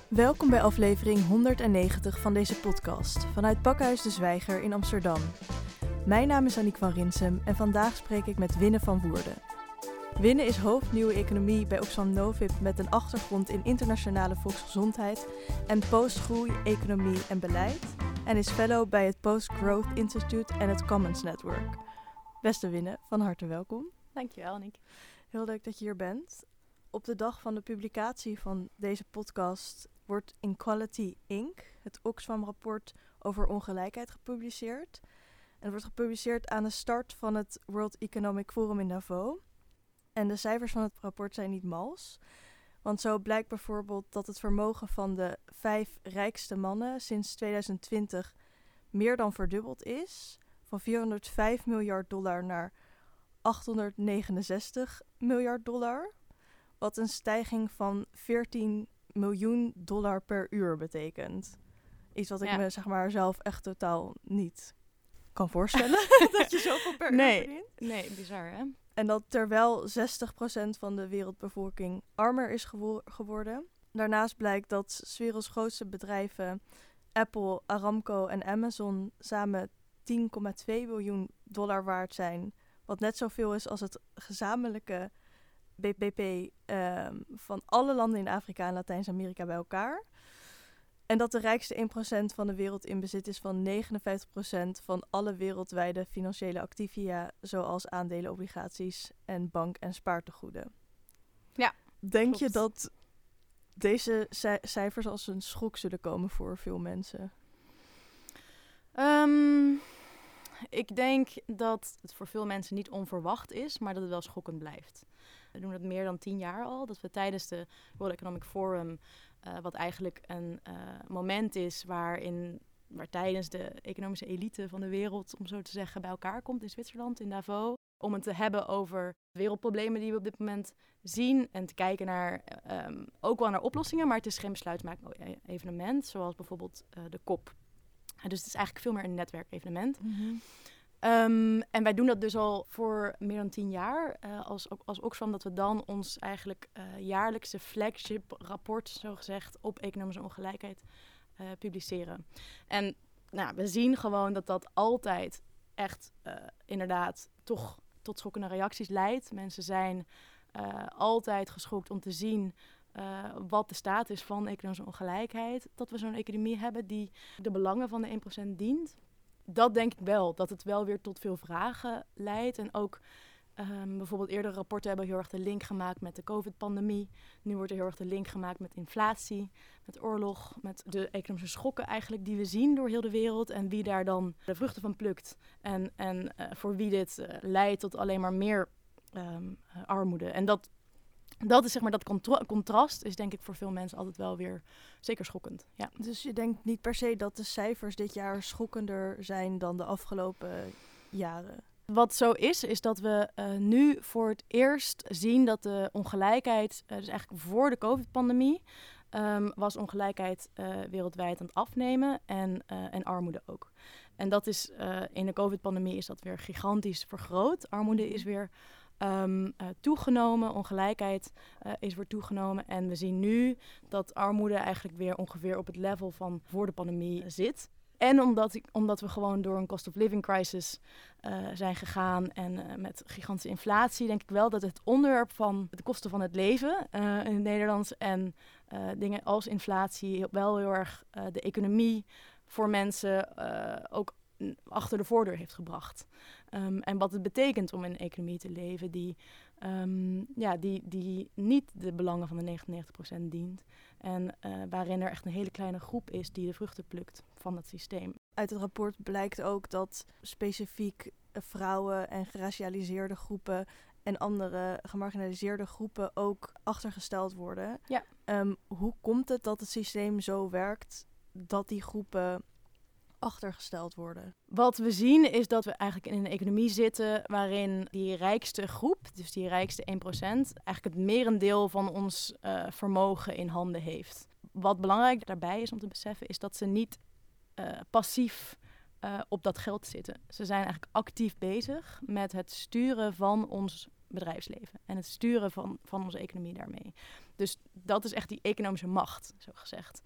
Welkom bij aflevering 190 van deze podcast vanuit Pakhuis de Zwijger in Amsterdam. Mijn naam is Aniek van Rinsum en vandaag spreek ik met Winne van Woerden. Winne is hoofd Nieuwe Economie bij Oxfam Novib met een achtergrond in internationale volksgezondheid en postgroei, economie en beleid en is fellow bij het Post Growth Institute en het Commons Network. Beste Winne, van harte welkom. Dankjewel, Aniek. Heel leuk dat je hier bent. Op de dag van de publicatie van deze podcast wordt Inequality Inc., het Oxfam-rapport over ongelijkheid, gepubliceerd. En het wordt gepubliceerd aan de start van het World Economic Forum in Davos. En de cijfers van het rapport zijn niet mals. Want zo blijkt bijvoorbeeld dat het vermogen van de 5 rijkste mannen sinds 2020 meer dan verdubbeld is. Van $405 miljard naar $869 miljard. Wat een stijging van $14 miljoen per uur betekent. Iets wat ik me zelf echt totaal niet kan voorstellen. Dat je zoveel per uur verdient. Nee, bizar hè? En dat terwijl 60% van de wereldbevolking armer is geworden. Daarnaast blijkt dat 's werelds grootste bedrijven Apple, Aramco en Amazon samen $10,2 biljoen waard zijn. Wat net zoveel is als het gezamenlijke BBP van alle landen in Afrika en Latijns-Amerika bij elkaar. En dat de rijkste 1% van de wereld in bezit is van 59% van alle wereldwijde financiële activa, zoals aandelen, obligaties en bank- en spaartegoeden. Ja, Denk klopt. je dat deze cijfers als een schok zullen komen voor veel mensen? Ik denk dat het voor veel mensen niet onverwacht is, maar dat het wel schokkend blijft. We doen het meer dan 10 jaar al, dat we tijdens de World Economic Forum, wat eigenlijk een moment is waar tijdens de economische elite van de wereld, om zo te zeggen, bij elkaar komt in Zwitserland, in Davos, om het te hebben over wereldproblemen die we op dit moment zien en te kijken naar, ook wel naar oplossingen, maar het is geen besluitmakend evenement, zoals bijvoorbeeld de COP. Dus het is eigenlijk veel meer een netwerkevenement. Mm-hmm. En wij doen dat dus al voor meer dan 10 jaar. Als Oxfam, dat we dan ons eigenlijk jaarlijkse flagship rapport, zogezegd, op economische ongelijkheid publiceren. En we zien gewoon dat dat altijd echt inderdaad toch tot schokkende reacties leidt. Mensen zijn altijd geschokt om te zien wat de staat is van economische ongelijkheid. Dat we zo'n economie hebben die de belangen van de 1% dient. Dat denk ik wel, dat het wel weer tot veel vragen leidt. En ook bijvoorbeeld eerdere rapporten hebben heel erg de link gemaakt met de COVID-pandemie. Nu wordt er heel erg de link gemaakt met inflatie, met oorlog, met de economische schokken eigenlijk die we zien door heel de wereld. En wie daar dan de vruchten van plukt. En voor wie dit leidt tot alleen maar meer armoede. En dat is zeg maar dat contrast is denk ik voor veel mensen altijd wel weer zeker schokkend. Ja. Dus je denkt niet per se dat de cijfers dit jaar schokkender zijn dan de afgelopen jaren? Wat zo is dat we nu voor het eerst zien dat de ongelijkheid, dus eigenlijk voor de COVID-pandemie, was ongelijkheid wereldwijd aan het afnemen en armoede ook. En dat is in de COVID-pandemie is dat weer gigantisch vergroot. Armoede is weer toegenomen, ongelijkheid is weer toegenomen. En we zien nu dat armoede eigenlijk weer ongeveer op het level van voor de pandemie zit. En omdat we gewoon door een cost of living crisis zijn gegaan en met gigantische inflatie, denk ik wel dat het onderwerp van de kosten van het leven in het Nederlands en dingen als inflatie wel heel erg de economie voor mensen ook achter de voordeur heeft gebracht. En wat het betekent om in een economie te leven die niet de belangen van de 99% dient. En waarin er echt een hele kleine groep is die de vruchten plukt van dat systeem. Uit het rapport blijkt ook dat specifiek vrouwen en geracialiseerde groepen en andere gemarginaliseerde groepen ook achtergesteld worden. Ja. Hoe komt het dat het systeem zo werkt dat die groepen achtergesteld worden? Wat we zien is dat we eigenlijk in een economie zitten waarin die rijkste groep, dus die rijkste 1%, eigenlijk het merendeel van ons vermogen in handen heeft. Wat belangrijk daarbij is om te beseffen is dat ze niet passief op dat geld zitten. Ze zijn eigenlijk actief bezig met het sturen van ons bedrijfsleven en het sturen van onze economie daarmee. Dus dat is echt die economische macht, zo gezegd.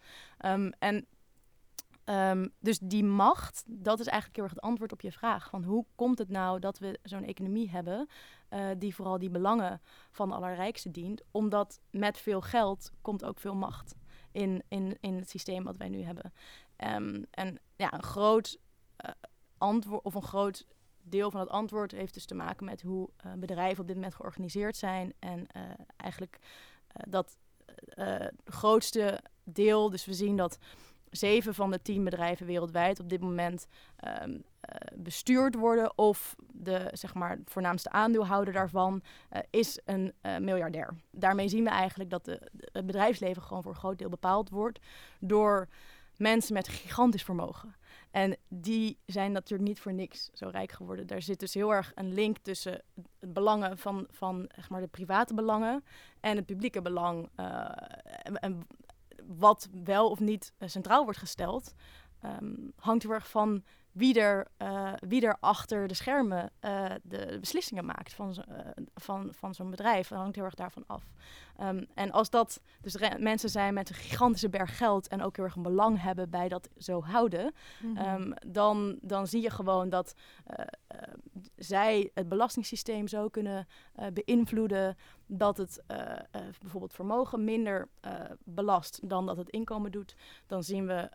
Dus die macht, dat is eigenlijk heel erg het antwoord op je vraag. Van hoe komt het nou dat we zo'n economie hebben die vooral die belangen van de allerrijkste dient? Omdat met veel geld komt ook veel macht in het systeem wat wij nu hebben. En ja, een groot antwoord of een groot deel van het antwoord heeft dus te maken met hoe bedrijven op dit moment georganiseerd zijn. En eigenlijk dat grootste deel, dus we zien dat 7 van de 10 bedrijven wereldwijd op dit moment bestuurd worden. Of de voornaamste aandeelhouder daarvan is een miljardair. Daarmee zien we eigenlijk dat het bedrijfsleven gewoon voor een groot deel bepaald wordt door mensen met gigantisch vermogen. En die zijn natuurlijk niet voor niks zo rijk geworden. Daar zit dus heel erg een link tussen het belangen van de private belangen en het publieke belang. En wat wel of niet centraal wordt gesteld, hangt heel erg van wie er achter de schermen de beslissingen maakt van zo'n bedrijf. Dat hangt heel erg daarvan af. En als dat dus mensen zijn met een gigantische berg geld en ook heel erg een belang hebben bij dat zo houden, dan zie je gewoon dat zij het belastingssysteem zo kunnen beïnvloeden dat het bijvoorbeeld vermogen minder belast dan dat het inkomen doet. Dan zien we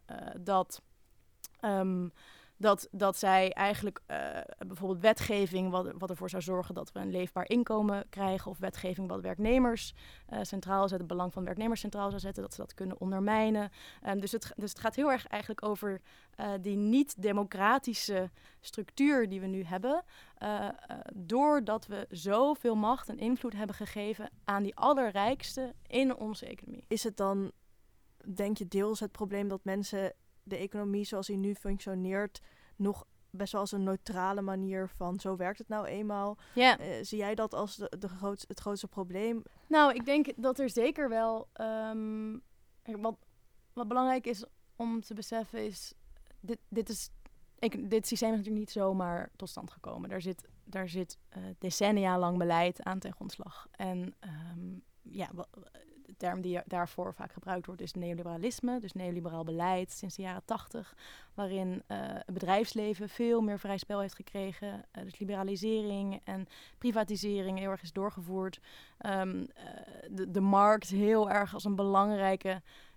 dat zij eigenlijk bijvoorbeeld wetgeving wat ervoor zou zorgen dat we een leefbaar inkomen krijgen, of wetgeving wat werknemers centraal zet, het belang van werknemers centraal zou zetten, dat ze dat kunnen ondermijnen. Dus het gaat heel erg eigenlijk over die niet-democratische structuur die we nu hebben, doordat we zoveel macht en invloed hebben gegeven aan die allerrijkste in onze economie. Is het dan, denk je, deels het probleem dat mensen de economie zoals die nu functioneert nog best wel als een neutrale manier van zo werkt het nou eenmaal? Yeah. Zie jij dat als het grootste probleem? Nou, ik denk dat er zeker wel wat belangrijk is om te beseffen is dit systeem is natuurlijk niet zomaar tot stand gekomen. Daar zit decennia lang beleid aan ten grondslag. En de term die daarvoor vaak gebruikt wordt is neoliberalisme. Dus neoliberaal beleid sinds de jaren 80. Waarin het bedrijfsleven veel meer vrij spel heeft gekregen. Dus liberalisering en privatisering heel erg is doorgevoerd. De markt heel erg als een belangrijke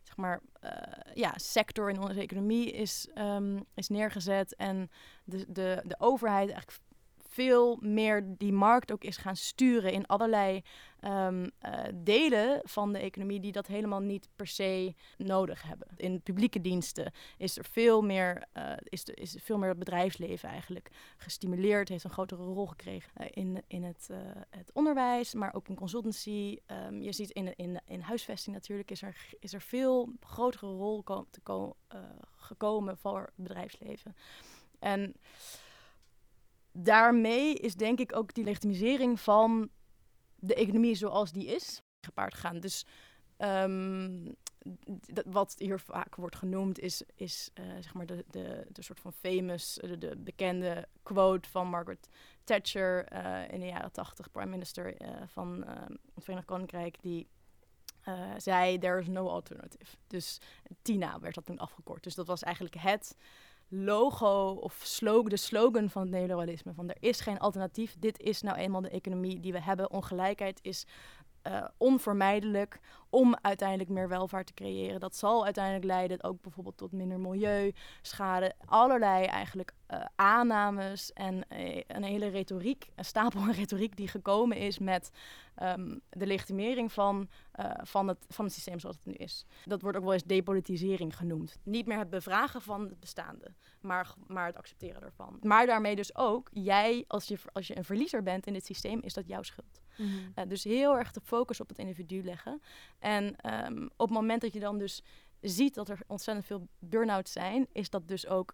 sector in onze economie is neergezet. En de overheid eigenlijk veel meer die markt ook is gaan sturen in allerlei delen van de economie die dat helemaal niet per se nodig hebben. In publieke diensten is er veel meer, is veel meer het bedrijfsleven eigenlijk gestimuleerd, heeft een grotere rol gekregen in het onderwijs, maar ook in consultancy. Je ziet in huisvesting natuurlijk is er veel grotere rol gekomen voor het bedrijfsleven. En daarmee is denk ik ook die legitimisering van de economie zoals die is gepaard gegaan. Dus wat hier vaak wordt genoemd is de soort van famous, de bekende quote van Margaret Thatcher in de jaren 80, prime minister van het Verenigd Koninkrijk, die zei, there is no alternative. Dus TINA werd dat toen afgekort. Dus dat was eigenlijk het logo of de slogan van het neoliberalisme. Van er is geen alternatief. Dit is nou eenmaal de economie die we hebben. Ongelijkheid is onvermijdelijk om uiteindelijk meer welvaart te creëren. Dat zal uiteindelijk leiden ook bijvoorbeeld tot minder milieuschade. Allerlei eigenlijk aannames en een hele retoriek, een stapel aan retoriek die gekomen is met de legitimering van het systeem zoals het nu is. Dat wordt ook wel eens depolitisering genoemd. Niet meer het bevragen van het bestaande, maar het accepteren ervan. Maar daarmee dus ook, jij, als je een verliezer bent in dit systeem, is dat jouw schuld. Mm-hmm. Dus heel erg de focus op het individu leggen. En op het moment dat je dan dus ziet dat er ontzettend veel burn-outs zijn, is dat dus ook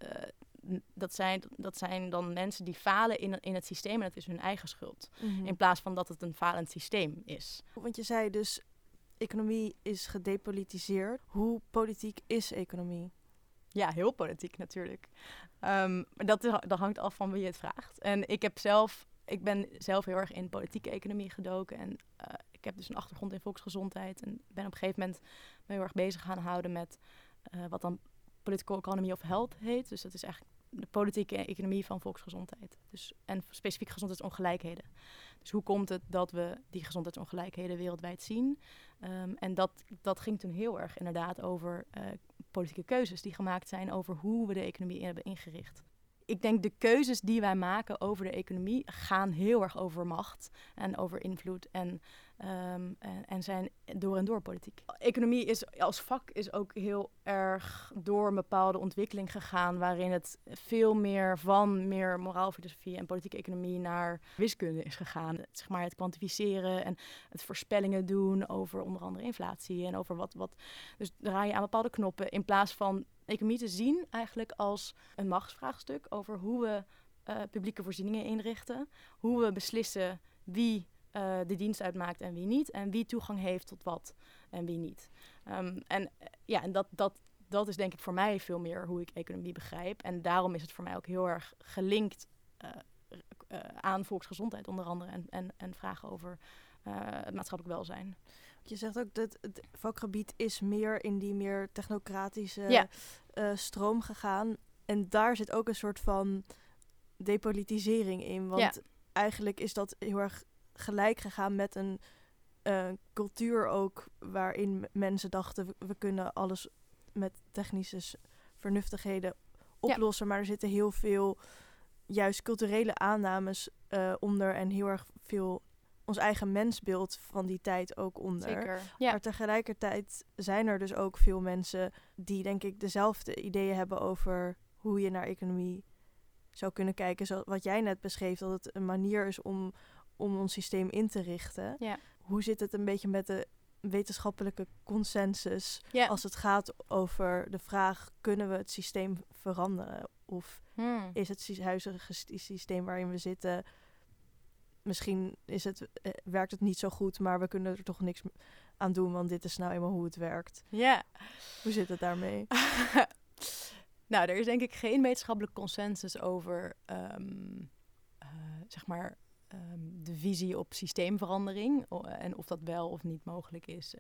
dat zijn dan mensen die falen in het systeem en dat is hun eigen schuld. Mm-hmm. In plaats van dat het een falend systeem is. Want je zei dus, economie is gedepolitiseerd. Hoe politiek is economie? Ja, heel politiek natuurlijk. Maar dat hangt af van wie je het vraagt. En ik heb zelf ik ben zelf heel erg in politieke economie gedoken. En ik heb dus een achtergrond in volksgezondheid. En ben op een gegeven moment me heel erg bezig gaan houden met wat dan political economy of health heet. Dus dat is eigenlijk de politieke economie van volksgezondheid. Dus, en specifiek gezondheidsongelijkheden. Dus hoe komt het dat we die gezondheidsongelijkheden wereldwijd zien? En dat ging toen heel erg inderdaad over politieke keuzes die gemaakt zijn over hoe we de economie hebben ingericht. Ik denk de keuzes die wij maken over de economie gaan heel erg over macht en over invloed en zijn door en door politiek. Economie is als vak is ook heel erg door een bepaalde ontwikkeling gegaan waarin het veel meer van meer moraalfilosofie en politieke economie naar wiskunde is gegaan. Zeg maar het kwantificeren en het voorspellingen doen over onder andere inflatie en over wat. Dus draai je aan bepaalde knoppen in plaats van economie te zien eigenlijk als een machtsvraagstuk over hoe we publieke voorzieningen inrichten, hoe we beslissen wie de dienst uitmaakt en wie niet, en wie toegang heeft tot wat en wie niet. En dat is denk ik voor mij veel meer hoe ik economie begrijp. En daarom is het voor mij ook heel erg gelinkt aan volksgezondheid onder andere en vragen over het maatschappelijk welzijn. Je zegt ook dat het vakgebied is meer in die meer technocratische stroom gegaan. En daar zit ook een soort van depolitisering in. Want eigenlijk is dat heel erg gelijk gegaan met een cultuur ook waarin mensen dachten we kunnen alles met technische vernuftigheden oplossen. Maar er zitten heel veel juist culturele aannames onder en heel erg veel ons eigen mensbeeld van die tijd ook onder. Zeker, ja. Maar tegelijkertijd zijn er dus ook veel mensen die denk ik dezelfde ideeën hebben over hoe je naar economie zou kunnen kijken. Zo, wat jij net beschreef, dat het een manier is om ons systeem in te richten. Ja. Hoe zit het een beetje met de wetenschappelijke consensus als het gaat over de vraag, kunnen we het systeem veranderen? Of is het huidige systeem waarin we zitten, misschien werkt het niet zo goed, maar we kunnen er toch niks aan doen, want dit is nou eenmaal hoe het werkt. Ja. Hoe zit het daarmee? Nou, er is denk ik geen wetenschappelijke consensus over de visie op systeemverandering en of dat wel of niet mogelijk is.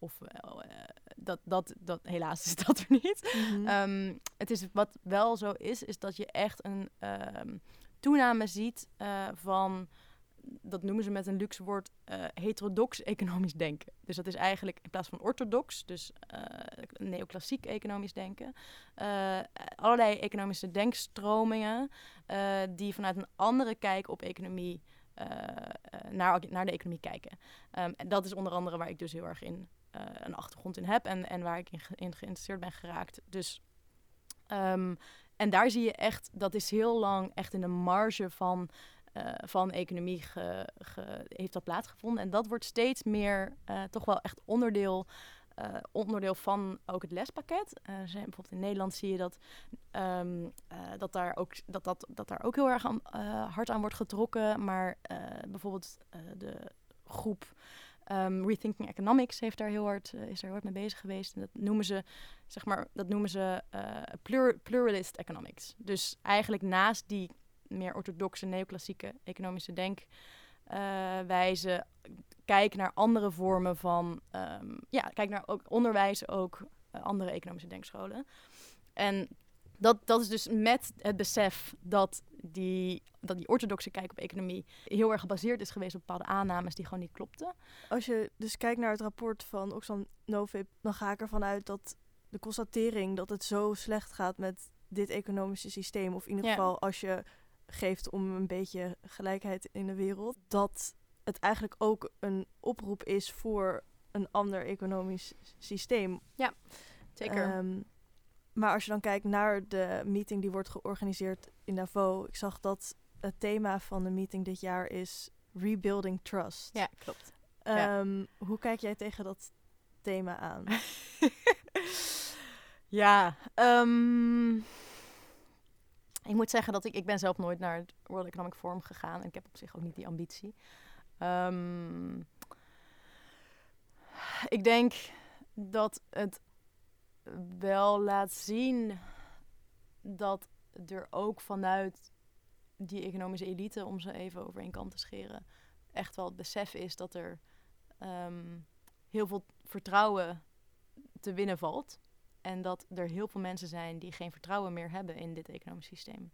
Dat helaas is dat er niet. Mm-hmm. Het is wat wel zo is dat je echt een toename ziet van, dat noemen ze met een luxe woord, heterodox economisch denken. Dus dat is eigenlijk in plaats van orthodox, dus neoclassiek economisch denken, allerlei economische denkstromingen die vanuit een andere kijk op economie naar de economie kijken. En dat is onder andere waar ik dus heel erg in een achtergrond in heb en waar ik in geïnteresseerd ben geraakt. Dus en daar zie je echt, dat is heel lang echt in de marge van economie heeft dat plaatsgevonden. En dat wordt steeds meer toch wel echt onderdeel van ook het lespakket. Bijvoorbeeld in Nederland zie je dat daar ook heel erg hard aan wordt getrokken. Maar bijvoorbeeld de groep Rethinking Economics is daar heel hard mee bezig geweest. En dat noemen ze pluralist economics. Dus eigenlijk naast die meer orthodoxe neoclassieke economische denkwijze, kijk naar andere vormen van, kijk naar ook onderwijs, ook andere economische denkscholen. En dat is dus met het besef dat die orthodoxe kijk op economie heel erg gebaseerd is geweest op bepaalde aannames die gewoon niet klopten. Als je dus kijkt naar het rapport van Oxfam Novib, dan ga ik ervan uit dat de constatering dat het zo slecht gaat met dit economische systeem, of in ieder geval als je geeft om een beetje gelijkheid in de wereld, dat het eigenlijk ook een oproep is voor een ander economisch systeem. Ja, zeker. Maar als je dan kijkt naar de meeting die wordt georganiseerd in Davos, ik zag dat het thema van de meeting dit jaar is Rebuilding Trust. Ja, klopt. Hoe kijk jij tegen dat thema aan? Ik moet zeggen dat ik ben zelf nooit naar het World Economic Forum gegaan en ik heb op zich ook niet die ambitie. Ik denk dat het wel laat zien dat er ook vanuit die economische elite, om ze even over één kam te scheren, echt wel het besef is dat er heel veel vertrouwen te winnen valt. En dat er heel veel mensen zijn die geen vertrouwen meer hebben in dit economisch systeem.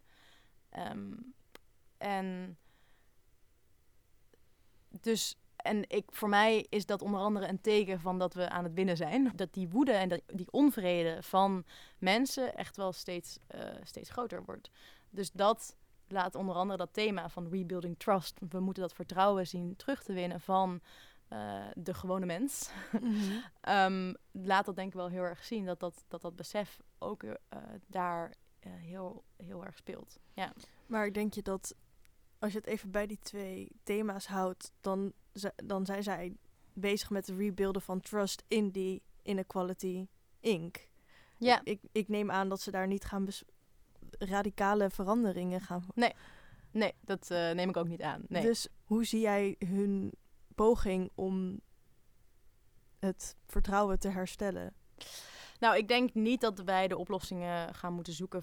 Voor mij is dat onder andere een teken van dat we aan het winnen zijn. Dat die woede en die onvrede van mensen echt wel steeds groter wordt. Dus dat laat onder andere dat thema van rebuilding trust. We moeten dat vertrouwen zien terug te winnen van de gewone mens. Mm-hmm. Laat dat denk ik wel heel erg zien. Dat besef ook daar heel, heel erg speelt. Ja. Maar denk je dat als je het even bij die 2 thema's houdt, dan zijn zij bezig met het rebuilden van trust in die Inequality Inc. Ja. Ik neem aan dat ze daar niet gaan radicale veranderingen gaan. Nee, dat neem ik ook niet aan. Nee. Dus hoe zie jij hun poging om het vertrouwen te herstellen? Nou, ik denk niet dat wij de oplossingen gaan moeten zoeken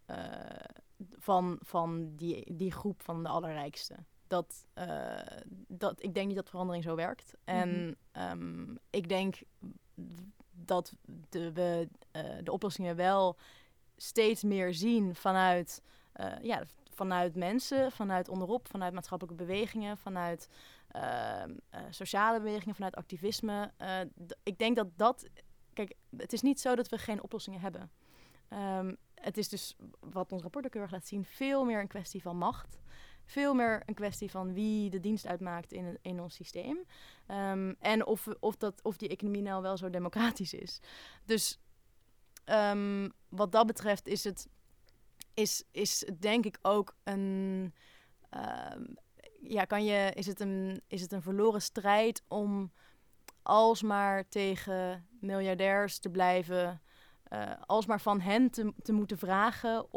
van die groep van de allerrijkste. Ik denk niet dat verandering zo werkt. En ik denk dat we de oplossingen wel steeds meer zien vanuit mensen, vanuit onderop, vanuit maatschappelijke bewegingen, vanuit sociale bewegingen, vanuit activisme. Ik denk dat... Kijk, het is niet zo dat we geen oplossingen hebben. Het is dus, wat ons rapport ook heel erg laat zien, veel meer een kwestie van macht. Veel meer een kwestie van wie de dienst uitmaakt in ons systeem. En of die economie nou wel zo democratisch is. Dus wat dat betreft is het denk ik ook een... is het een verloren strijd om alsmaar tegen miljardairs te blijven, alsmaar van hen te moeten vragen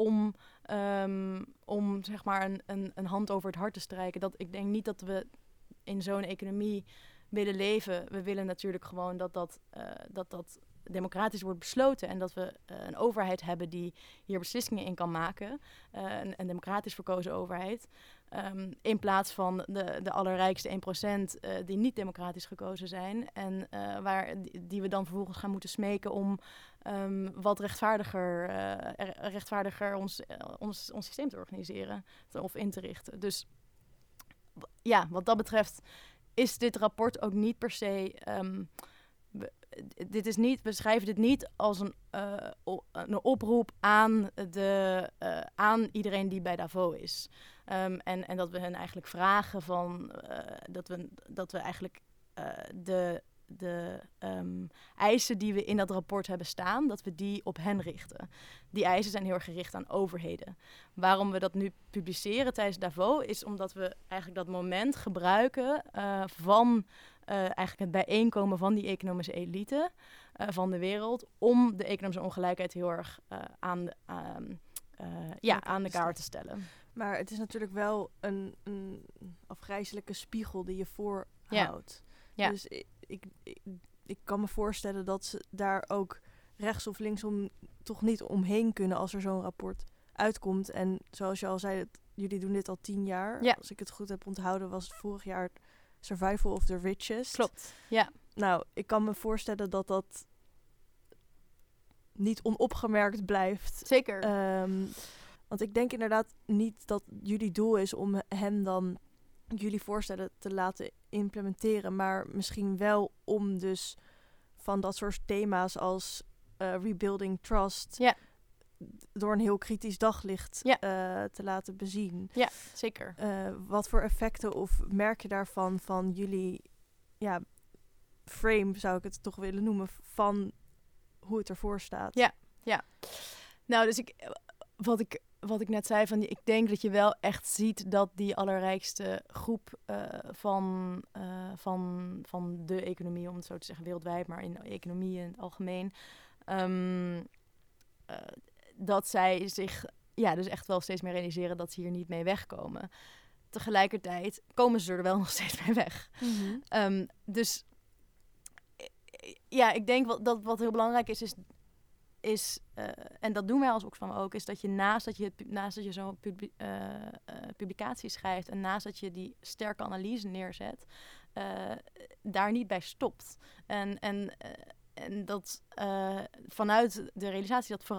om zeg maar een hand over het hart te strijken. Ik denk niet dat we in zo'n economie willen leven. We willen natuurlijk gewoon dat democratisch wordt besloten en dat we een overheid hebben die hier beslissingen in kan maken. Een democratisch verkozen overheid. In plaats van de allerrijkste 1% die niet democratisch gekozen zijn. En die we dan vervolgens gaan moeten smeken om wat rechtvaardiger ons systeem te organiseren of in te richten. Dus ja, wat dat betreft is dit rapport ook niet per se... we schrijven dit niet als een oproep aan iedereen die bij Davos is. En dat we hen eigenlijk vragen van dat we eigenlijk de eisen die we in dat rapport hebben staan, dat we die op hen richten. Die eisen zijn heel erg gericht aan overheden. Waarom we dat nu publiceren tijdens Davos is omdat we eigenlijk dat moment gebruiken van eigenlijk het bijeenkomen van die economische elite van de wereld om de economische ongelijkheid heel erg aan de kaart te stellen. Maar het is natuurlijk wel een afgrijzelijke spiegel die je voorhoudt. Ja. Dus ik kan me voorstellen dat ze daar ook rechts of linksom toch niet omheen kunnen als er zo'n rapport uitkomt. En zoals je al zei, jullie doen dit al 10 jaar. Ja. Als ik het goed heb onthouden, was het vorig jaar Survival of the Richest. Klopt, ja. Nou, ik kan me voorstellen dat niet onopgemerkt blijft. Zeker. Want ik denk inderdaad niet dat jullie doel is om hem dan jullie voorstellen te laten implementeren, maar misschien wel om dus van dat soort thema's als rebuilding trust door een heel kritisch daglicht te laten bezien. Ja, zeker. Wat voor effecten of merk je daarvan van jullie frame, zou ik het toch willen noemen, van hoe het ervoor staat? Ja. Nou, dus wat ik net zei, ik denk dat je wel echt ziet dat die allerrijkste groep van de economie, om het zo te zeggen, wereldwijd, maar in de economie in het algemeen, dat zij zich dus echt wel steeds meer realiseren dat ze hier niet mee wegkomen. Tegelijkertijd komen ze er wel nog steeds mee weg. Mm-hmm. Dus ik denk dat wat heel belangrijk is en dat doen wij als Oxfam ook, is dat je naast dat je zo'n publicatie schrijft en naast dat je die sterke analyse neerzet, daar niet bij stopt. En dat vanuit de realisatie dat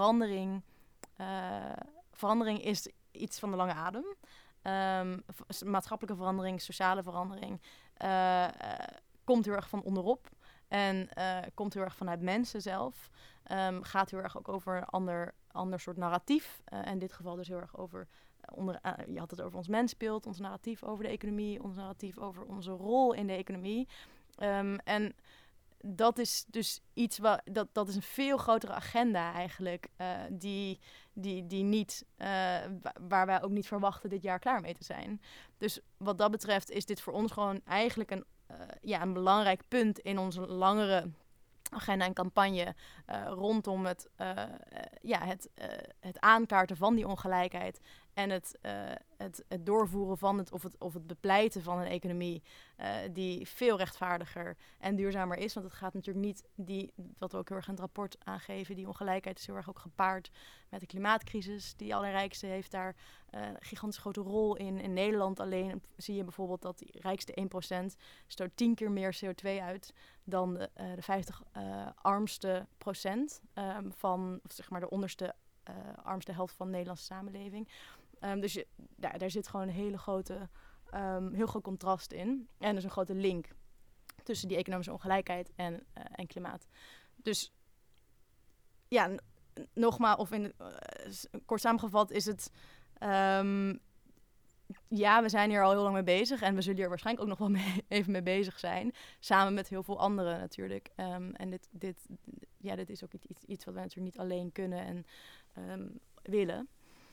verandering is iets van de lange adem. Maatschappelijke verandering, sociale verandering komt heel erg van onderop. En komt heel erg vanuit mensen zelf. Gaat heel erg ook over een ander soort narratief. In dit geval dus heel erg over... je had het over ons mensbeeld, ons narratief over de economie, ons narratief over onze rol in de economie. En dat is dus iets dat is een veel grotere agenda eigenlijk, die niet, waar wij ook niet verwachten dit jaar klaar mee te zijn. Dus wat dat betreft is dit voor ons gewoon eigenlijk een belangrijk punt in onze langere agenda en campagne rondom het aankaarten van die ongelijkheid en het doorvoeren van het bepleiten van een economie die veel rechtvaardiger en duurzamer is. Want het gaat natuurlijk niet, wat we ook heel erg in het rapport aangeven, die ongelijkheid is heel erg ook gepaard met de klimaatcrisis. Die allerrijkste heeft daar een gigantisch grote rol in. In Nederland alleen zie je bijvoorbeeld dat die rijkste 1% stoot 10 keer meer CO2 uit dan de 50 armste procent van, zeg maar, de onderste armste helft van de Nederlandse samenleving. Dus daar zit gewoon een hele grote, heel groot contrast in. En dus een grote link tussen die economische ongelijkheid en klimaat. Dus ja, nogmaals, of kort samengevat is het... we zijn hier al heel lang mee bezig en we zullen hier waarschijnlijk ook nog wel even mee bezig zijn. Samen met heel veel anderen natuurlijk. En dit is ook iets wat wij natuurlijk niet alleen kunnen en willen.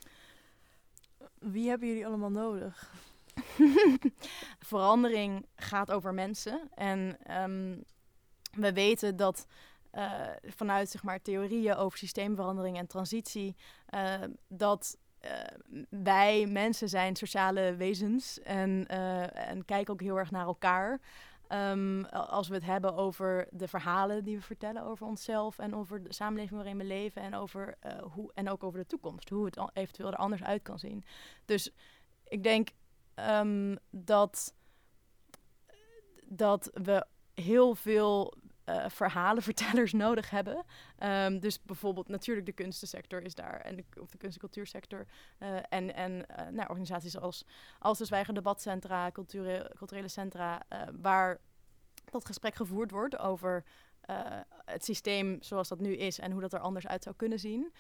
Wie hebben jullie allemaal nodig? Verandering gaat over mensen. En we weten dat vanuit, zeg maar, theorieën over systeemverandering en transitie, dat wij mensen zijn sociale wezens en kijken ook heel erg naar elkaar. Als we het hebben over de verhalen die we vertellen over onszelf en over de samenleving waarin we leven en ook over de toekomst, hoe het eventueel er anders uit kan zien. Dus ik denk dat we heel veel verhalenvertellers nodig hebben. Dus bijvoorbeeld natuurlijk de kunstensector is daar, of de kunst- en cultuursector. Organisaties als de Zwijger Debatcentra, culturele centra, waar dat gesprek gevoerd wordt over het systeem zoals dat nu is en hoe dat er anders uit zou kunnen zien.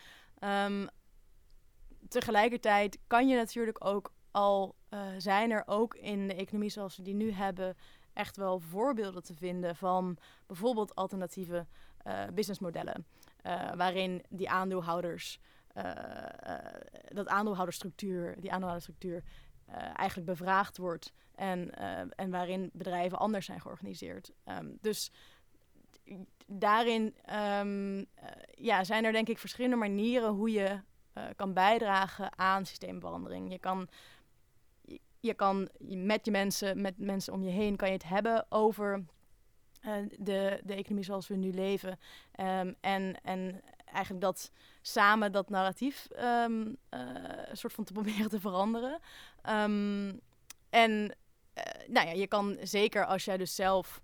Tegelijkertijd kan je natuurlijk ook zijn er ook in de economie zoals we die nu hebben echt wel voorbeelden te vinden van bijvoorbeeld alternatieve businessmodellen. Waarin die aandeelhouders, die aandeelhoudersstructuur eigenlijk bevraagd wordt en waarin bedrijven anders zijn georganiseerd. Dus daarin zijn er denk ik verschillende manieren hoe je kan bijdragen aan systeemverandering. Je kan met mensen om je heen kan je het hebben over de economie zoals we nu leven. En eigenlijk dat samen dat narratief soort van te proberen te veranderen. Je kan zeker als jij dus zelf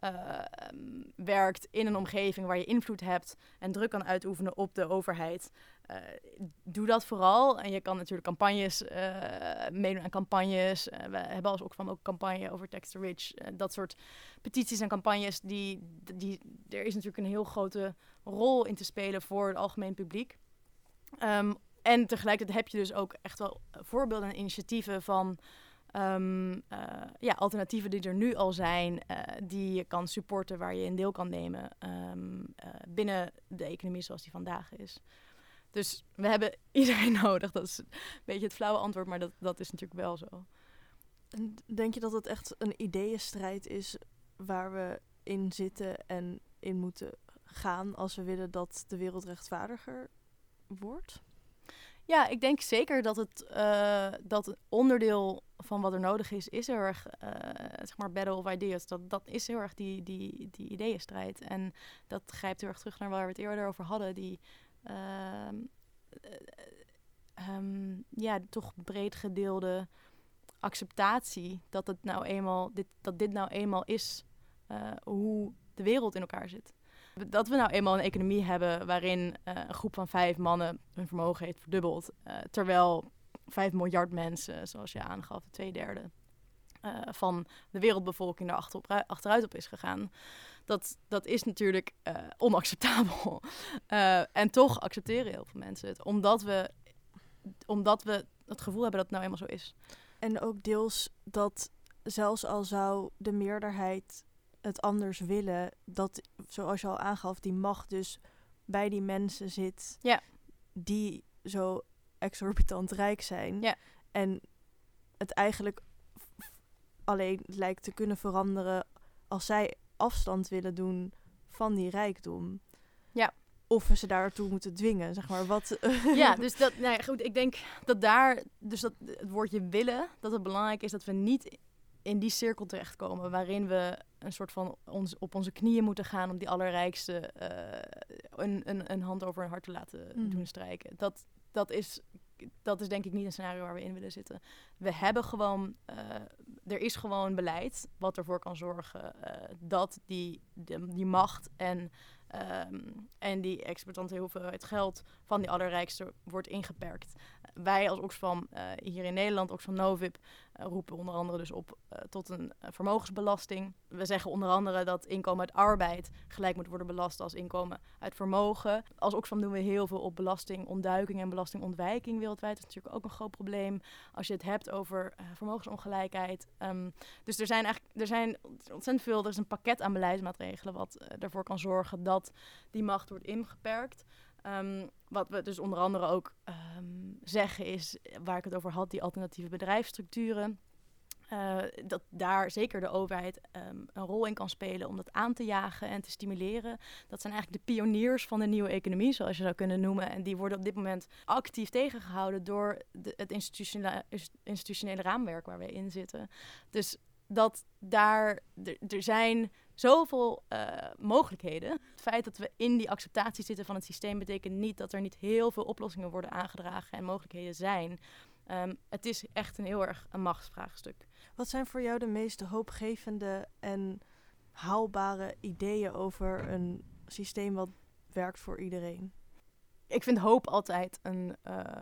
werkt in een omgeving waar je invloed hebt en druk kan uitoefenen op de overheid. Doe dat vooral. En je kan natuurlijk campagnes meedoen aan campagnes. We hebben als Oxfam ook een campagne over Tax the Rich. Dat soort petities en campagnes. Er is natuurlijk een heel grote rol in te spelen voor het algemeen publiek. En tegelijkertijd heb je dus ook echt wel voorbeelden en initiatieven van alternatieven die er nu al zijn, die je kan supporten, waar je in deel kan nemen binnen de economie zoals die vandaag is. Dus we hebben iedereen nodig. Dat is een beetje het flauwe antwoord, maar dat is natuurlijk wel zo. En denk je dat het echt een ideeënstrijd is waar we in zitten en in moeten gaan als we willen dat de wereld rechtvaardiger wordt? Ja, ik denk zeker dat het onderdeel van wat er nodig is heel erg, zeg maar, battle of ideas. Dat is heel erg die ideeënstrijd. En dat grijpt heel erg terug naar waar we het eerder over hadden. toch breed gedeelde acceptatie dat dit nou eenmaal is hoe de wereld in elkaar zit. Dat we nou eenmaal een economie hebben waarin een groep van 5 mannen hun vermogen heeft verdubbeld. Terwijl 5 miljard mensen, zoals je aangaf, 2/3 van de wereldbevolking daar achteruit op is gegaan. Dat is natuurlijk onacceptabel. En toch accepteren heel veel mensen het. Omdat we het gevoel hebben dat het nou eenmaal zo is. En ook deels dat zelfs al zou de meerderheid het anders willen, dat, zoals je al aangaf, die macht dus bij die mensen zit die zo exorbitant rijk zijn. Ja. En het eigenlijk alleen lijkt te kunnen veranderen als zij afstand willen doen van die rijkdom. Ja. Of we ze daartoe moeten dwingen, zeg maar. Wat? Ja, dus ik denk dat dat het woordje willen, dat het belangrijk is dat we niet in die cirkel terechtkomen waarin we een soort van op onze knieën moeten gaan om die allerrijkste een hand over hun hart te laten doen strijken. Dat is denk ik niet een scenario waar we in willen zitten. We hebben gewoon, er is gewoon beleid wat ervoor kan zorgen dat die macht en die exorbitante hoeveelheid geld van die allerrijkste wordt ingeperkt. Wij als Oxfam hier in Nederland, Oxfam Novib, roepen onder andere dus op tot een vermogensbelasting. We zeggen onder andere dat inkomen uit arbeid gelijk moet worden belast als inkomen uit vermogen. Als Oxfam doen we heel veel op belastingontduiking en belastingontwijking wereldwijd. Dat is natuurlijk ook een groot probleem als je het hebt over vermogensongelijkheid. Dus er zijn ontzettend veel, er is een pakket aan beleidsmaatregelen wat ervoor kan zorgen dat die macht wordt ingeperkt. Wat we dus onder andere ook zeggen is, waar ik het over had, die alternatieve bedrijfsstructuren. Dat daar zeker de overheid een rol in kan spelen om dat aan te jagen en te stimuleren. Dat zijn eigenlijk de pioniers van de nieuwe economie, zoals je zou kunnen noemen. En die worden op dit moment actief tegengehouden door het institutionele raamwerk waar we in zitten. Dus er zijn zoveel mogelijkheden. Het feit dat we in die acceptatie zitten van het systeem betekent niet dat er niet heel veel oplossingen worden aangedragen en mogelijkheden zijn. Het is echt heel erg een machtsvraagstuk. Wat zijn voor jou de meest hoopgevende en haalbare ideeën over een systeem wat werkt voor iedereen? Ik vind hoop altijd een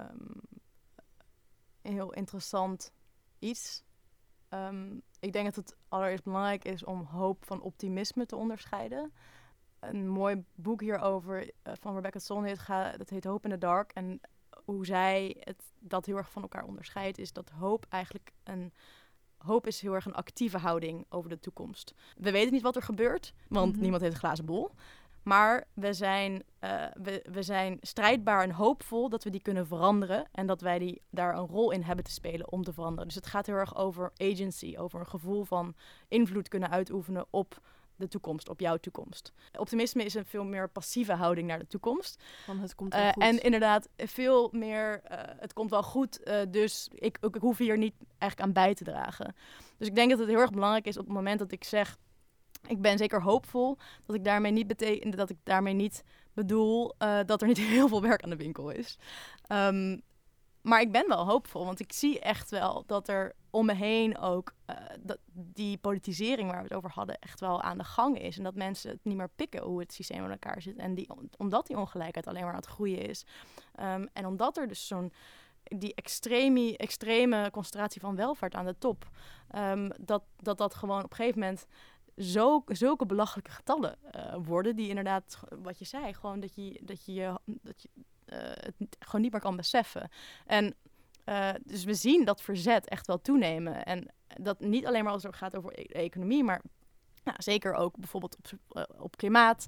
heel interessant iets. Ik denk dat het allereerst belangrijk is om hoop van optimisme te onderscheiden. Een mooi boek hierover van Rebecca Solnit, dat heet Hope in the Dark. En hoe zij dat heel erg van elkaar onderscheidt, is dat hoop is heel erg een actieve houding over de toekomst. We weten niet wat er gebeurt, want niemand heeft een glazen bol. Maar we zijn strijdbaar en hoopvol dat we die kunnen veranderen en dat wij daar een rol in hebben te spelen om te veranderen. Dus het gaat heel erg over agency, over een gevoel van invloed kunnen uitoefenen op de toekomst, op jouw toekomst. Optimisme is een veel meer passieve houding naar de toekomst. Van het komt wel goed. En inderdaad, veel meer, het komt wel goed, dus ik hoef hier niet eigenlijk aan bij te dragen. Dus ik denk dat het heel erg belangrijk is op het moment dat ik zeg, ik ben zeker hoopvol, dat ik daarmee niet bedoel dat er niet heel veel werk aan de winkel is. Maar ik ben wel hoopvol, want ik zie echt wel dat er om me heen ook die politisering waar we het over hadden echt wel aan de gang is. En dat mensen het niet meer pikken hoe het systeem in elkaar zit. En omdat die ongelijkheid alleen maar aan het groeien is. En omdat er dus die extreme concentratie van welvaart aan de top, dat gewoon op een gegeven moment zulke belachelijke getallen worden, die inderdaad, wat je zei, gewoon dat je het gewoon niet meer kan beseffen. En dus we zien dat verzet echt wel toenemen. En dat niet alleen maar als het gaat over economie, maar zeker ook bijvoorbeeld op klimaat.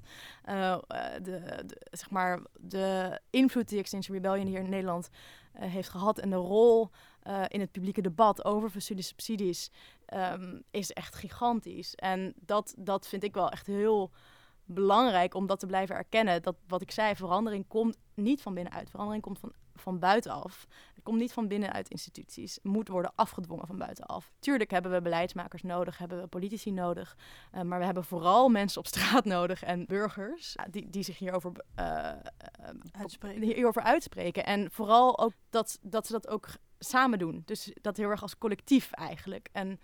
De invloed die Extinction Rebellion hier in Nederland heeft gehad en de rol in het publieke debat over subsidies is echt gigantisch. En dat vind ik wel echt heel belangrijk om dat te blijven erkennen. Dat wat ik zei, verandering komt niet van binnenuit. Verandering komt van buitenaf. komt niet van binnenuit instituties. Moet worden afgedwongen van buitenaf. Tuurlijk hebben we beleidsmakers nodig, hebben we politici nodig. Maar we hebben vooral mensen op straat nodig en burgers die zich hierover uitspreken. En vooral ook dat ze dat ook samen doen. Dus dat heel erg als collectief eigenlijk. En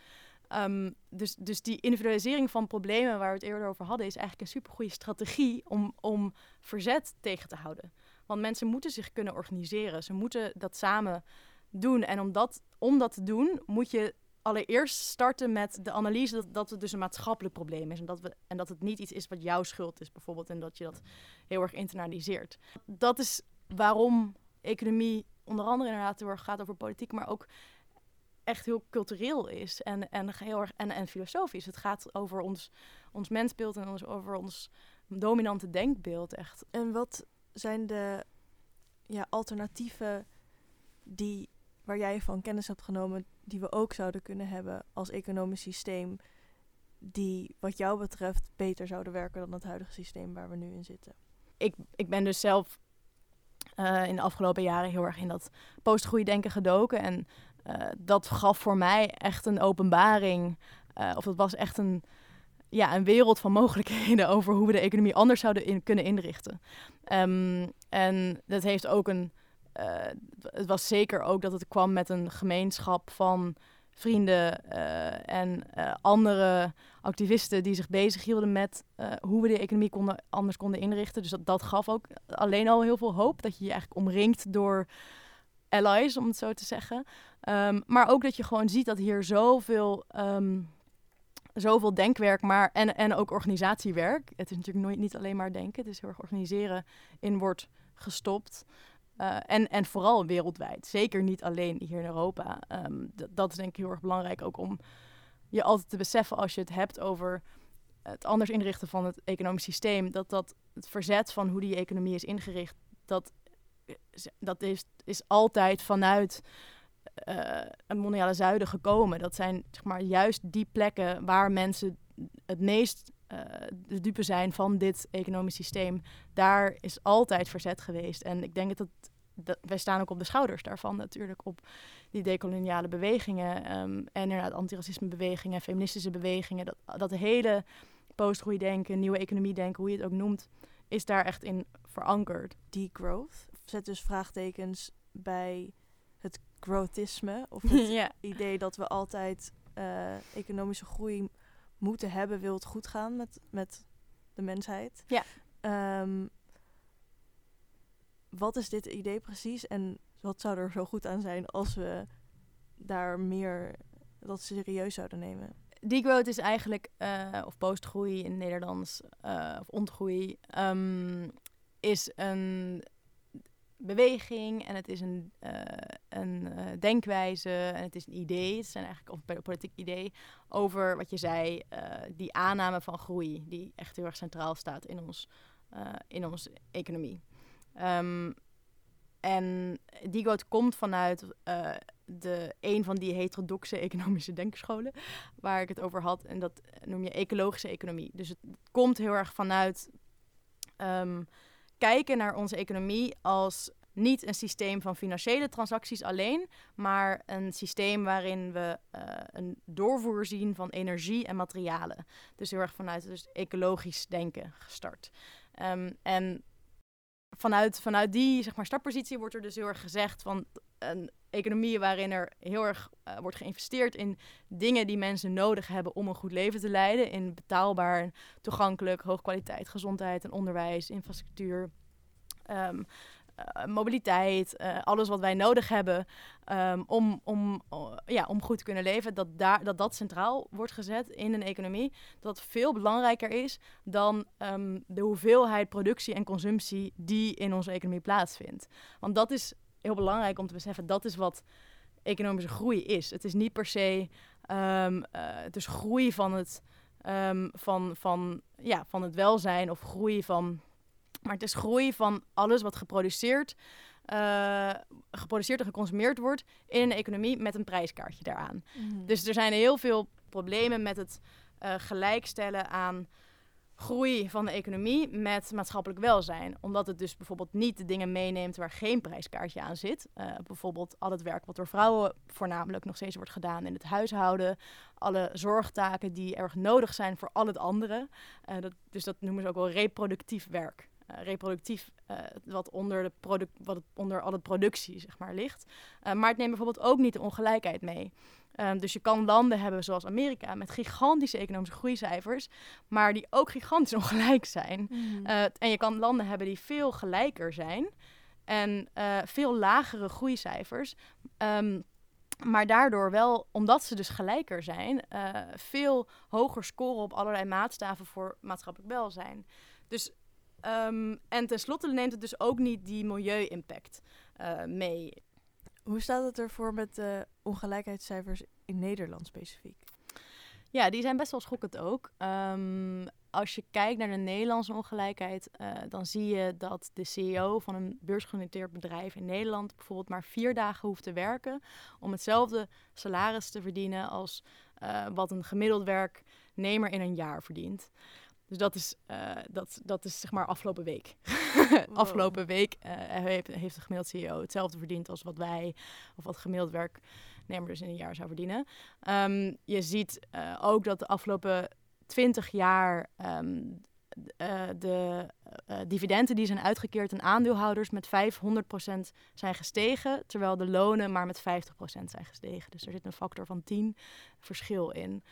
dus die individualisering van problemen waar we het eerder over hadden, is eigenlijk een supergoeie strategie om verzet tegen te houden. Want mensen moeten zich kunnen organiseren. Ze moeten dat samen doen. En om dat te doen, moet je allereerst starten met de analyse dat het dus een maatschappelijk probleem is. En dat het niet iets is wat jouw schuld is, bijvoorbeeld. En dat je dat heel erg internaliseert. Dat is waarom economie onder andere inderdaad heel erg gaat over politiek, maar ook echt heel cultureel is en heel erg en filosofisch. Het gaat over ons mensbeeld en over ons dominante denkbeeld, echt. En wat zijn de alternatieven waar jij van kennis hebt genomen, die we ook zouden kunnen hebben als economisch systeem, die wat jou betreft beter zouden werken dan het huidige systeem waar we nu in zitten? Ik ben dus zelf in de afgelopen jaren heel erg in dat postgroeidenken gedoken. En dat gaf voor mij echt een openbaring. Of dat was echt een wereld van mogelijkheden over hoe we de economie anders zouden kunnen inrichten. En dat heeft ook het was zeker ook dat het kwam met een gemeenschap van vrienden en andere activisten die zich bezighielden met hoe we de economie anders konden inrichten. Dus dat gaf ook alleen al heel veel hoop. Dat je je eigenlijk omringt door allies, om het zo te zeggen. Maar ook dat je gewoon ziet dat hier zoveel denkwerk en ook organisatiewerk. Het is natuurlijk niet alleen maar denken. Het is heel erg organiseren in wordt gestopt. En vooral wereldwijd. Zeker niet alleen hier in Europa. Dat is denk ik heel erg belangrijk ook om je altijd te beseffen als je het hebt over het anders inrichten van het economisch systeem. Dat het verzet van hoe die economie is ingericht, dat is altijd vanuit het mondiale zuiden gekomen. Dat zijn zeg maar juist die plekken waar mensen het meest de dupe zijn van dit economisch systeem. Daar is altijd verzet geweest. En ik denk dat wij staan ook op de schouders daarvan natuurlijk, op die dekoloniale bewegingen en inderdaad antiracismebewegingen, feministische bewegingen. Dat hele postgroeidenken, nieuwe economie denken, hoe je het ook noemt, is daar echt in verankerd. Degrowth zet dus vraagtekens bij het growthisme of het idee dat we altijd economische groei moeten hebben, wil het goed gaan met de mensheid. Ja. Wat is dit idee precies en wat zou er zo goed aan zijn als we daar meer dat serieus zouden nemen? Degrowth is eigenlijk, of postgroei in het Nederlands, of ontgroei, is een beweging en het is een denkwijze en het is een idee. Het zijn eigenlijk een politiek idee over wat je zei, die aanname van groei, die echt heel erg centraal staat in onze economie. En Degrowth komt vanuit een van die heterodoxe economische denkscholen waar ik het over had. En dat noem je ecologische economie. Dus het komt heel erg vanuit kijken naar onze economie als niet een systeem van financiële transacties alleen, maar een systeem waarin we een doorvoer zien van energie en materialen. Dus heel erg vanuit ecologisch denken gestart. En vanuit die zeg maar, startpositie wordt er dus heel erg gezegd van een economie waarin er heel erg wordt geïnvesteerd in dingen die mensen nodig hebben om een goed leven te leiden. In betaalbaar, toegankelijk, hoogkwaliteit, gezondheid en onderwijs, infrastructuur, mobiliteit, alles wat wij nodig hebben om goed te kunnen leven, dat centraal wordt gezet in een economie, dat veel belangrijker is dan de hoeveelheid productie en consumptie die in onze economie plaatsvindt. Want dat is heel belangrijk om te beseffen, dat is wat economische groei is. Het is niet per se het is groei van het welzijn of groei van... Maar het is groei van alles wat geproduceerd en geconsumeerd wordt in een economie met een prijskaartje daaraan. Dus er zijn heel veel problemen met het gelijkstellen aan groei van de economie met maatschappelijk welzijn. Omdat het dus bijvoorbeeld niet de dingen meeneemt waar geen prijskaartje aan zit. Bijvoorbeeld al het werk wat door vrouwen voornamelijk nog steeds wordt gedaan in het huishouden. Alle zorgtaken die erg nodig zijn voor al het andere. Dus dat noemen ze ook wel reproductief werk. Reproductief, wat onder al het productie zeg maar, ligt. Maar het neemt bijvoorbeeld ook niet de ongelijkheid mee. Dus je kan landen hebben zoals Amerika met gigantische economische groeicijfers, maar die ook gigantisch ongelijk zijn. Mm-hmm. En je kan landen hebben die veel gelijker zijn en veel lagere groeicijfers. Maar daardoor wel, omdat ze dus gelijker zijn, veel hoger scoren op allerlei maatstaven voor maatschappelijk welzijn. Dus, en tenslotte neemt het dus ook niet die milieu-impact mee. Hoe staat het ervoor met de ongelijkheidscijfers in Nederland specifiek? Ja, die zijn best wel schokkend ook. Als je kijkt naar de Nederlandse ongelijkheid, dan zie je dat de CEO van een beursgenoteerd bedrijf in Nederland bijvoorbeeld maar 4 dagen hoeft te werken om hetzelfde salaris te verdienen als wat een gemiddeld werknemer in een jaar verdient. Dus dat is zeg maar afgelopen week. Wow. Afgelopen week heeft de gemiddeld CEO hetzelfde verdiend als wat wij of wat gemiddeld werknemer dus in een jaar zou verdienen. Je ziet ook dat de afgelopen 20 jaar de dividenden die zijn uitgekeerd aan aandeelhouders met 500% zijn gestegen, terwijl de lonen maar met 50% zijn gestegen. Dus er zit een factor van 10 verschil in.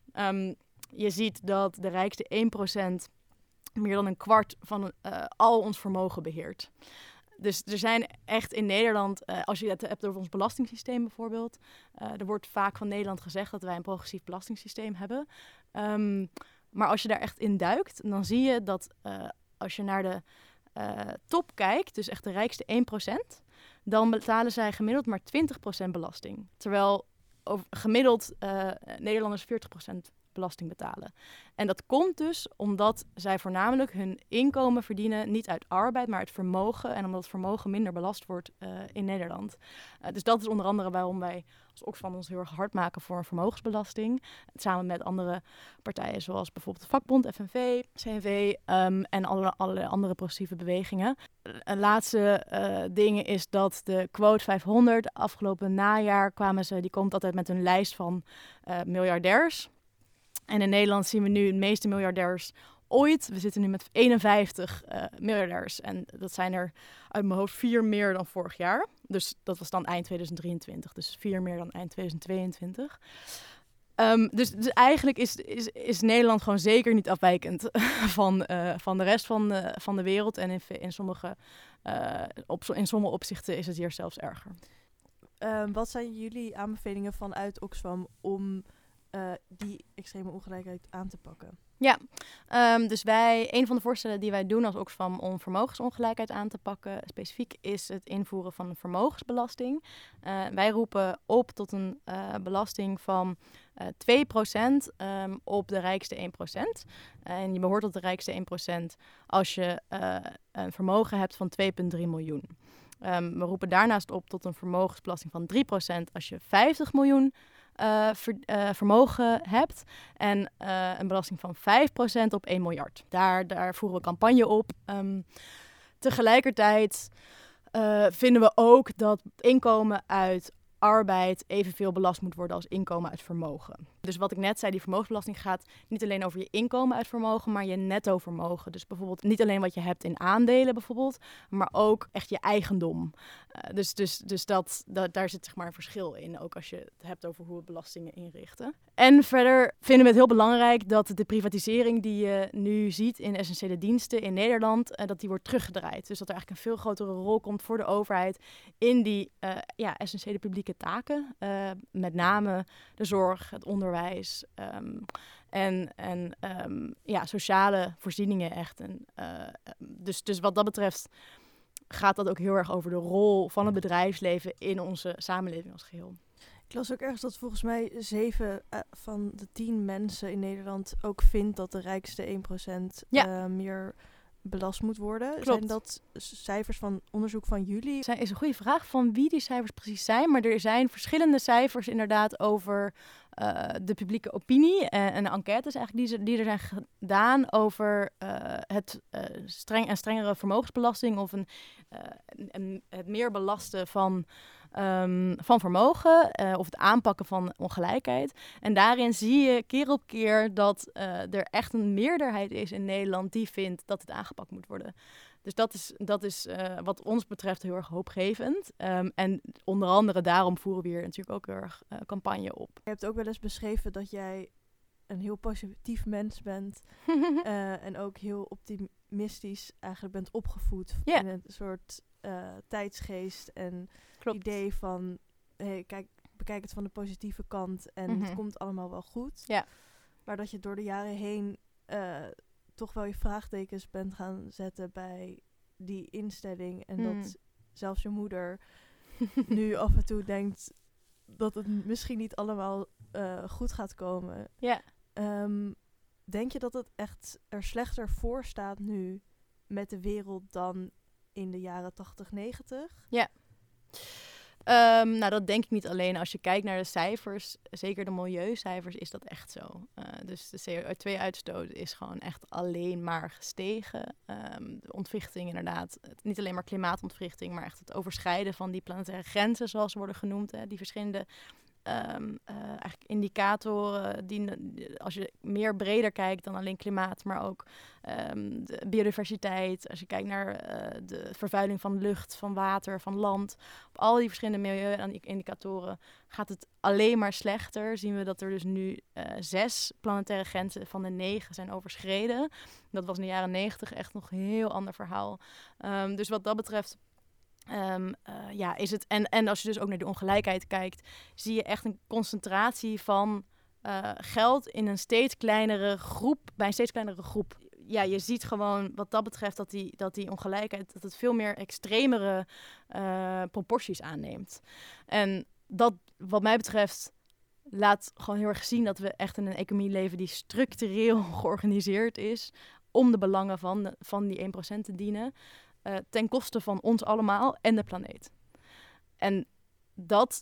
Je ziet dat de rijkste 1% meer dan een kwart van al ons vermogen beheert. Dus er zijn echt in Nederland, als je het hebt over ons belastingssysteem bijvoorbeeld, er wordt vaak van Nederland gezegd dat wij een progressief belastingssysteem hebben. Maar als je daar echt in duikt, dan zie je dat als je naar de top kijkt, dus echt de rijkste 1%, dan betalen zij gemiddeld maar 20% belasting. Terwijl gemiddeld Nederlanders 40% belasting betalen. En dat komt dus omdat zij voornamelijk hun inkomen verdienen niet uit arbeid, maar uit vermogen. En omdat vermogen minder belast wordt in Nederland. Dus dat is onder andere waarom wij als Oxfam ons heel erg hard maken voor een vermogensbelasting. Samen met andere partijen zoals bijvoorbeeld de vakbond, FNV, CNV en allerlei andere progressieve bewegingen. Een laatste ding is dat de Quote 500 afgelopen najaar die komt altijd met een lijst van miljardairs. En in Nederland zien we nu de meeste miljardairs ooit. We zitten nu met 51 miljardairs. En dat zijn er uit mijn hoofd 4 meer dan vorig jaar. Dus dat was dan eind 2023. Dus 4 meer dan eind 2022. Dus eigenlijk is Nederland gewoon zeker niet afwijkend van de rest van de wereld. En in sommige opzichten is het hier zelfs erger. Wat zijn jullie aanbevelingen vanuit Oxfam om die extreme ongelijkheid aan te pakken? Ja, dus een van de voorstellen die wij doen als Oxfam om vermogensongelijkheid aan te pakken, specifiek is het invoeren van een vermogensbelasting. Wij roepen op tot een belasting van 2% op de rijkste 1%. En je behoort tot de rijkste 1% als je een vermogen hebt van 2,3 miljoen. We roepen daarnaast op tot een vermogensbelasting van 3% als je 50 miljoen vermogen hebt en een belasting van 5% op 1 miljard. Daar voeren we campagne op. Tegelijkertijd vinden we ook dat inkomen uit arbeid evenveel belast moet worden als inkomen uit vermogen. Dus wat ik net zei, die vermogensbelasting gaat niet alleen over je inkomen uit vermogen, maar je netto vermogen. Dus bijvoorbeeld niet alleen wat je hebt in aandelen bijvoorbeeld, maar ook echt je eigendom. Dus daar zit zeg maar een verschil in, ook als je het hebt over hoe we belastingen inrichten. En verder vinden we het heel belangrijk dat de privatisering die je nu ziet in essentiële diensten in Nederland, dat die wordt teruggedraaid. Dus dat er eigenlijk een veel grotere rol komt voor de overheid in die essentiële publieke taken. Met name de zorg, het onderwijs en sociale voorzieningen echt. Dus wat dat betreft gaat dat ook heel erg over de rol van het bedrijfsleven in onze samenleving als geheel. Ik las ook ergens dat volgens mij 7 van de 10 mensen in Nederland ook vindt dat de rijkste 1% meer belast moet worden. Klopt. Zijn dat cijfers van onderzoek van jullie? Is een goede vraag van wie die cijfers precies zijn. Maar er zijn verschillende cijfers inderdaad over de publieke opinie. En enquêtes eigenlijk die er zijn gedaan over het strengere vermogensbelasting. Of het meer belasten van vermogen. Of het aanpakken van ongelijkheid. En daarin zie je keer op keer dat er echt een meerderheid is in Nederland die vindt dat het aangepakt moet worden. Dus dat is wat ons betreft heel erg hoopgevend. En onder andere daarom voeren we hier natuurlijk ook heel erg campagne op. Je hebt ook wel eens beschreven dat jij een heel positief mens bent. En ook heel optimistisch eigenlijk bent opgevoed. Ja. In een soort tijdsgeest en Klopt. idee van... Hey, bekijk het van de positieve kant en het komt allemaal wel goed. Ja. Maar dat je door de jaren heen... toch wel je vraagtekens bent gaan zetten bij die instelling. En dat zelfs je moeder nu af en toe denkt dat het misschien niet allemaal goed gaat komen. Ja. Denk je dat het echt er slechter voor staat nu met de wereld dan in de jaren 80, 90? Ja. Nou, dat denk ik niet alleen. Als je kijkt naar de cijfers, zeker de milieucijfers, is dat echt zo. Dus de CO2-uitstoot is gewoon echt alleen maar gestegen. De ontwrichting inderdaad, niet alleen maar klimaatontwrichting, maar echt het overschrijden van die planetaire grenzen, zoals ze worden genoemd. Hè, die verschillende eigenlijk indicatoren, die, als je meer breder kijkt dan alleen klimaat, maar ook de biodiversiteit. Als je kijkt naar de vervuiling van lucht, van water, van land. Op al die verschillende milieuindicatoren gaat het alleen maar slechter. Zien we dat er dus nu 6 planetaire grenzen van de 9 zijn overschreden. Dat was in de jaren 90 echt nog een heel ander verhaal. Dus wat dat betreft... is het... En als je dus ook naar de ongelijkheid kijkt, zie je echt een concentratie van geld in een steeds kleinere groep, bij een steeds kleinere groep. Ja, je ziet gewoon wat dat betreft dat die ongelijkheid, dat het veel meer extremere proporties aanneemt. En dat, wat mij betreft, laat gewoon heel erg zien dat we echt in een economie leven die structureel georganiseerd is om de belangen van die 1% te dienen. Ten koste van ons allemaal en de planeet. En dat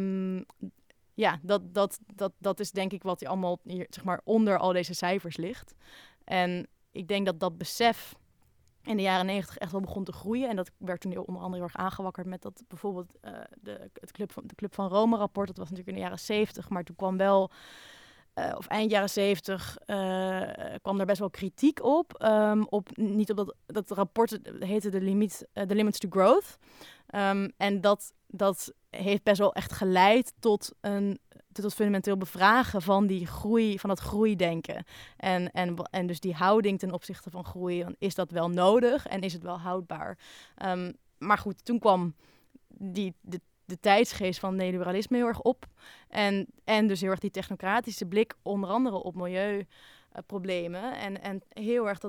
is denk ik wat allemaal hier, zeg maar, onder al deze cijfers ligt. En ik denk dat dat besef in de jaren 90 echt wel begon te groeien. En dat werd toen onder andere heel erg aangewakkerd met dat bijvoorbeeld de Club van Rome rapport. Dat was natuurlijk in de jaren 70, maar toen kwam wel... of eind jaren 70 kwam er best wel kritiek op. Niet op dat rapport heette The Limits to Growth. En dat heeft best wel echt geleid tot het fundamenteel bevragen van die groei, van dat groeidenken. En dus die houding ten opzichte van groei. Is dat wel nodig en is het wel houdbaar? Maar goed, toen kwam de tijdsgeest van het neoliberalisme heel erg op. En dus heel erg die technocratische blik, onder andere op milieuproblemen. En heel erg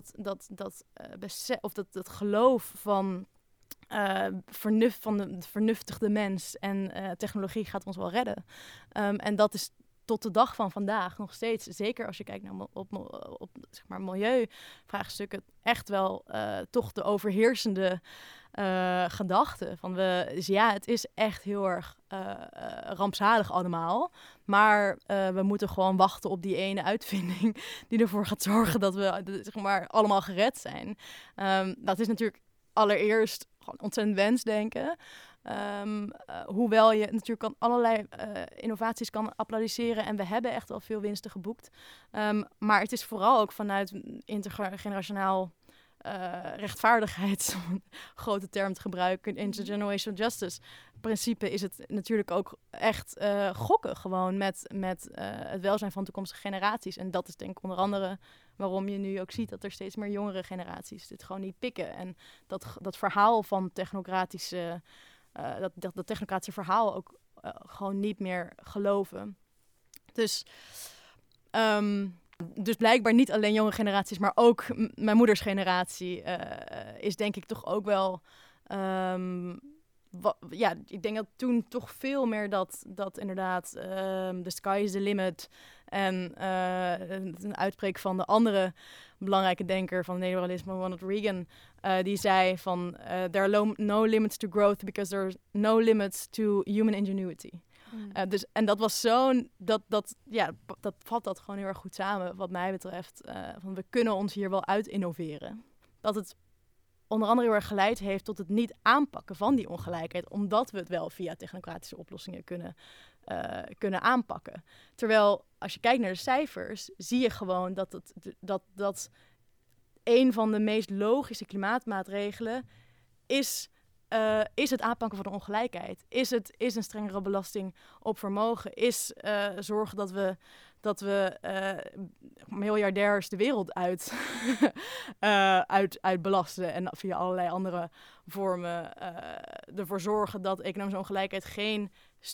dat geloof van de vernuchtigde mens en technologie gaat ons wel redden. En dat is tot de dag van vandaag nog steeds, zeker als je kijkt naar op zeg maar milieuvraagstukken, echt wel toch de overheersende gedachte. Dus ja, het is echt heel erg rampzalig allemaal. Maar we moeten gewoon wachten op die ene uitvinding die ervoor gaat zorgen dat we zeg maar allemaal gered zijn. Dat is natuurlijk allereerst gewoon ontzettend wensdenken. Hoewel je natuurlijk allerlei innovaties kan applaudisseren en we hebben echt al veel winsten geboekt. Maar het is vooral ook vanuit intergenerationaal rechtvaardigheid, om een grote term te gebruiken, intergenerational justice principe, is het natuurlijk ook echt gokken gewoon met het welzijn van toekomstige generaties. En dat is denk ik onder andere waarom je nu ook ziet dat er steeds meer jongere generaties dit gewoon niet pikken. En dat verhaal van technocratische... dat technocratische verhaal ook gewoon niet meer geloven. Dus blijkbaar niet alleen jonge generaties, maar ook mijn moeders generatie is denk ik toch ook wel... ik denk dat toen toch veel meer dat inderdaad the sky is the limit en een uitbreek van de andere belangrijke denker van neoliberalisme, Ronald Reagan, die zei van there are no limits to growth because there are no limits to human ingenuity. Dus, en dat was dat vat dat gewoon heel erg goed samen, wat mij betreft. Van we kunnen ons hier wel uit innoveren. Dat het onder andere heel erg geleid heeft tot het niet aanpakken van die ongelijkheid, omdat we het wel via technocratische oplossingen kunnen aanpakken. Terwijl, als je kijkt naar de cijfers, zie je gewoon dat een van de meest logische klimaatmaatregelen is het aanpakken van de ongelijkheid. Is een strengere belasting op vermogen. Is zorgen dat we miljardairs de wereld uit belasten. En via allerlei andere vormen ervoor zorgen dat economische ongelijkheid geen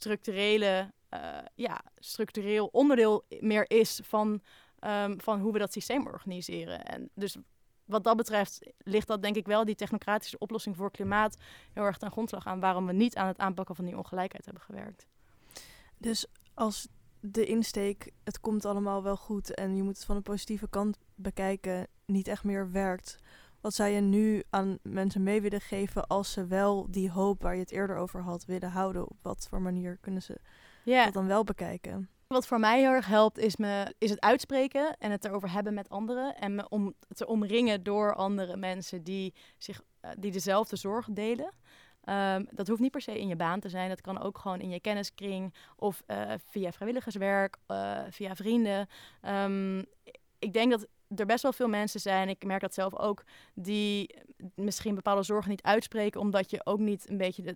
structureel onderdeel meer is van hoe we dat systeem organiseren. En dus wat dat betreft ligt dat denk ik wel, die technocratische oplossing voor klimaat, heel erg ten grondslag aan waarom we niet aan het aanpakken van die ongelijkheid hebben gewerkt. Dus als de insteek, het komt allemaal wel goed en je moet het van de positieve kant bekijken, niet echt meer werkt, wat zou je nu aan mensen mee willen geven als ze wel die hoop waar je het eerder over had willen houden? Op wat voor manier kunnen ze dat dan wel bekijken? Wat voor mij heel erg helpt is het uitspreken en het erover hebben met anderen. En me om te omringen door andere mensen die dezelfde zorg delen. Dat hoeft niet per se in je baan te zijn. Dat kan ook gewoon in je kenniskring of via vrijwilligerswerk, via vrienden. Ik denk dat er best wel veel mensen zijn, ik merk dat zelf ook, die misschien bepaalde zorgen niet uitspreken, omdat je ook niet een beetje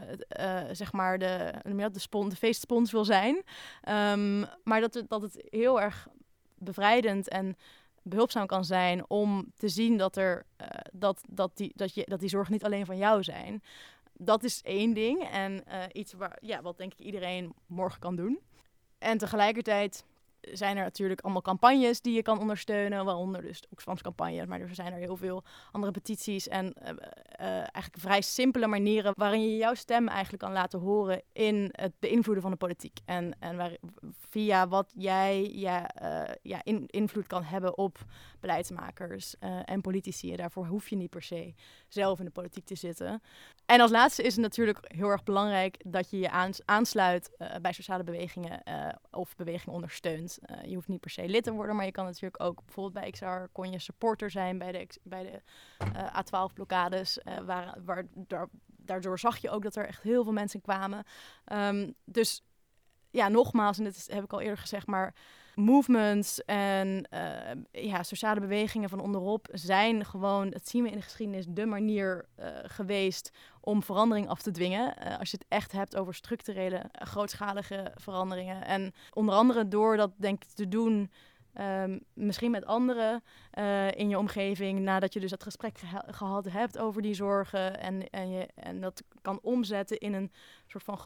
de feestspons wil zijn. Maar dat het heel erg bevrijdend en behulpzaam kan zijn om te zien dat die zorgen niet alleen van jou zijn. Dat is één ding en iets wat denk ik iedereen morgen kan doen. En tegelijkertijd zijn er natuurlijk allemaal campagnes die je kan ondersteunen, waaronder dus Oxfam-campagnes, maar er zijn er heel veel andere petities en eigenlijk vrij simpele manieren waarin je jouw stem eigenlijk kan laten horen in het beïnvloeden van de politiek. En via wat jij invloed kan hebben op beleidsmakers en politici. En daarvoor hoef je niet per se zelf in de politiek te zitten. En als laatste is het natuurlijk heel erg belangrijk dat je je aansluit bij sociale bewegingen of bewegingen ondersteunt. Je hoeft niet per se lid te worden, maar je kan natuurlijk ook bijvoorbeeld bij XR kon je supporter zijn bij de A12-blokkades. Daardoor zag je ook dat er echt heel veel mensen kwamen. Dus ja, nogmaals, en dit heb ik al eerder gezegd, maar movements en sociale bewegingen van onderop zijn gewoon, dat zien we in de geschiedenis, de manier geweest om verandering af te dwingen. Als je het echt hebt over structurele, grootschalige veranderingen. En onder andere door dat denk ik te doen, misschien met anderen in je omgeving, nadat je dus dat gesprek gehad hebt over die zorgen en dat kan omzetten in een soort van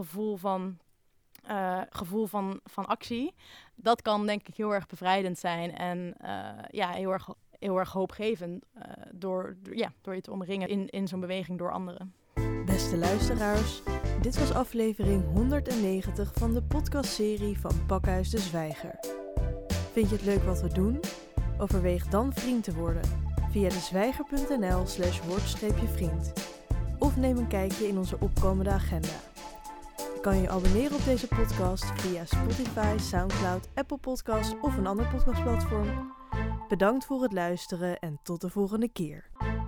gevoel van actie. Dat kan denk ik heel erg bevrijdend zijn en heel erg hoopgevend door je te omringen in zo'n beweging door anderen. Beste luisteraars, dit was aflevering 190 van de podcastserie van Pakhuis de Zwijger. Vind je het leuk wat we doen? Overweeg dan vriend te worden via dezwijger.nl/word-vriend. Of neem een kijkje in onze opkomende agenda. Je kan je abonneren op deze podcast via Spotify, Soundcloud, Apple Podcasts of een ander podcastplatform. Bedankt voor het luisteren en tot de volgende keer.